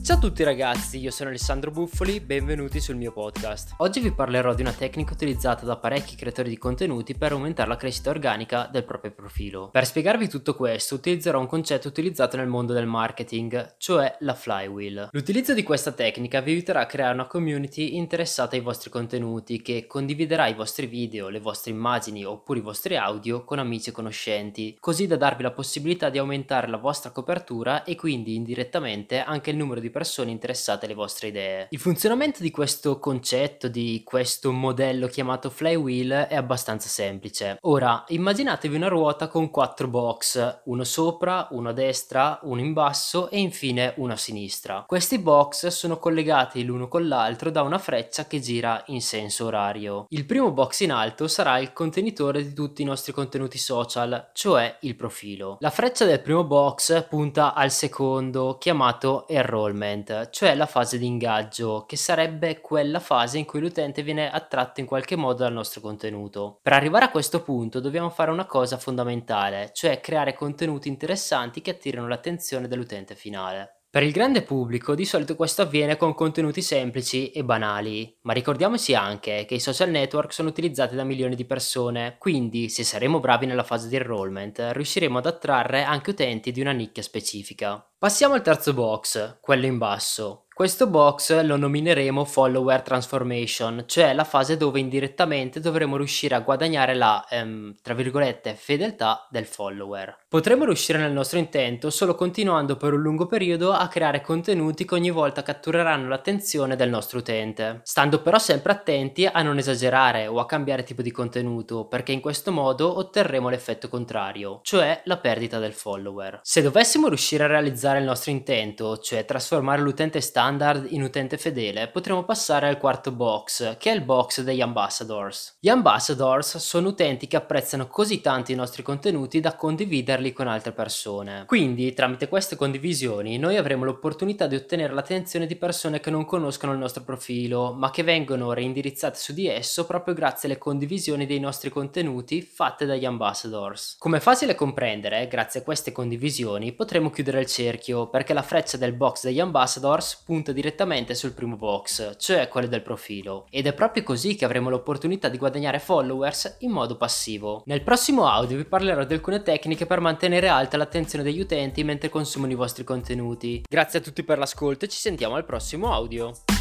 Ciao a tutti ragazzi, io sono Alessandro Buffoli, benvenuti sul mio podcast. Oggi vi parlerò di una tecnica utilizzata da parecchi creatori di contenuti per aumentare la crescita organica del proprio profilo. Per spiegarvi tutto questo utilizzerò un concetto utilizzato nel mondo del marketing, cioè la flywheel. L'utilizzo di questa tecnica vi aiuterà a creare una community interessata ai vostri contenuti che condividerà i vostri video, le vostre immagini oppure i vostri audio con amici e conoscenti, così da darvi la possibilità di aumentare la vostra copertura e quindi indirettamente anche il numero di persone interessate alle vostre idee. Il funzionamento di questo concetto, di questo modello chiamato flywheel, è abbastanza semplice. Ora, immaginatevi una ruota con 4 box, uno sopra, uno a destra, uno in basso e infine uno a sinistra. Questi box sono collegati l'uno con l'altro da una freccia che gira in senso orario. Il primo box in alto sarà il contenitore di tutti i nostri contenuti social, cioè il profilo. La freccia del primo box punta al secondo, chiamato enrollment, cioè la fase di ingaggio, che sarebbe quella fase in cui l'utente viene attratto in qualche modo dal nostro contenuto. Per arrivare a questo punto dobbiamo fare una cosa fondamentale, cioè creare contenuti interessanti che attirino l'attenzione dell'utente finale. Per il grande pubblico di solito questo avviene con contenuti semplici e banali, ma ricordiamoci anche che i social network sono utilizzati da milioni di persone, quindi se saremo bravi nella fase di enrollment riusciremo ad attrarre anche utenti di una nicchia specifica. Passiamo al terzo box, quello in basso. Questo box lo nomineremo follower transformation, cioè la fase dove indirettamente dovremo riuscire a guadagnare la, tra virgolette, fedeltà del follower. Potremo riuscire nel nostro intento solo continuando per un lungo periodo a creare contenuti che ogni volta cattureranno l'attenzione del nostro utente, stando però sempre attenti a non esagerare o a cambiare tipo di contenuto, perché in questo modo otterremo l'effetto contrario, cioè la perdita del follower. Se dovessimo riuscire a realizzare il nostro intento, cioè trasformare l'utente standard in utente fedele, potremo passare al quarto box, che è il box degli ambassadors. Gli ambassadors sono utenti che apprezzano così tanto i nostri contenuti da condividerli con altre persone. Quindi, tramite queste condivisioni, noi avremo l'opportunità di ottenere l'attenzione di persone che non conoscono il nostro profilo, ma che vengono reindirizzate su di esso proprio grazie alle condivisioni dei nostri contenuti fatte dagli ambassadors. Come è facile comprendere, grazie a queste condivisioni potremo chiudere il cerchio, perché la freccia del box degli ambassadors punta direttamente sul primo box, cioè quello del profilo, ed è proprio così che avremo l'opportunità di guadagnare followers in modo passivo. Nel prossimo audio vi parlerò di alcune tecniche per mantenere alta l'attenzione degli utenti mentre consumano i vostri contenuti. Grazie a tutti per l'ascolto e ci sentiamo al prossimo audio.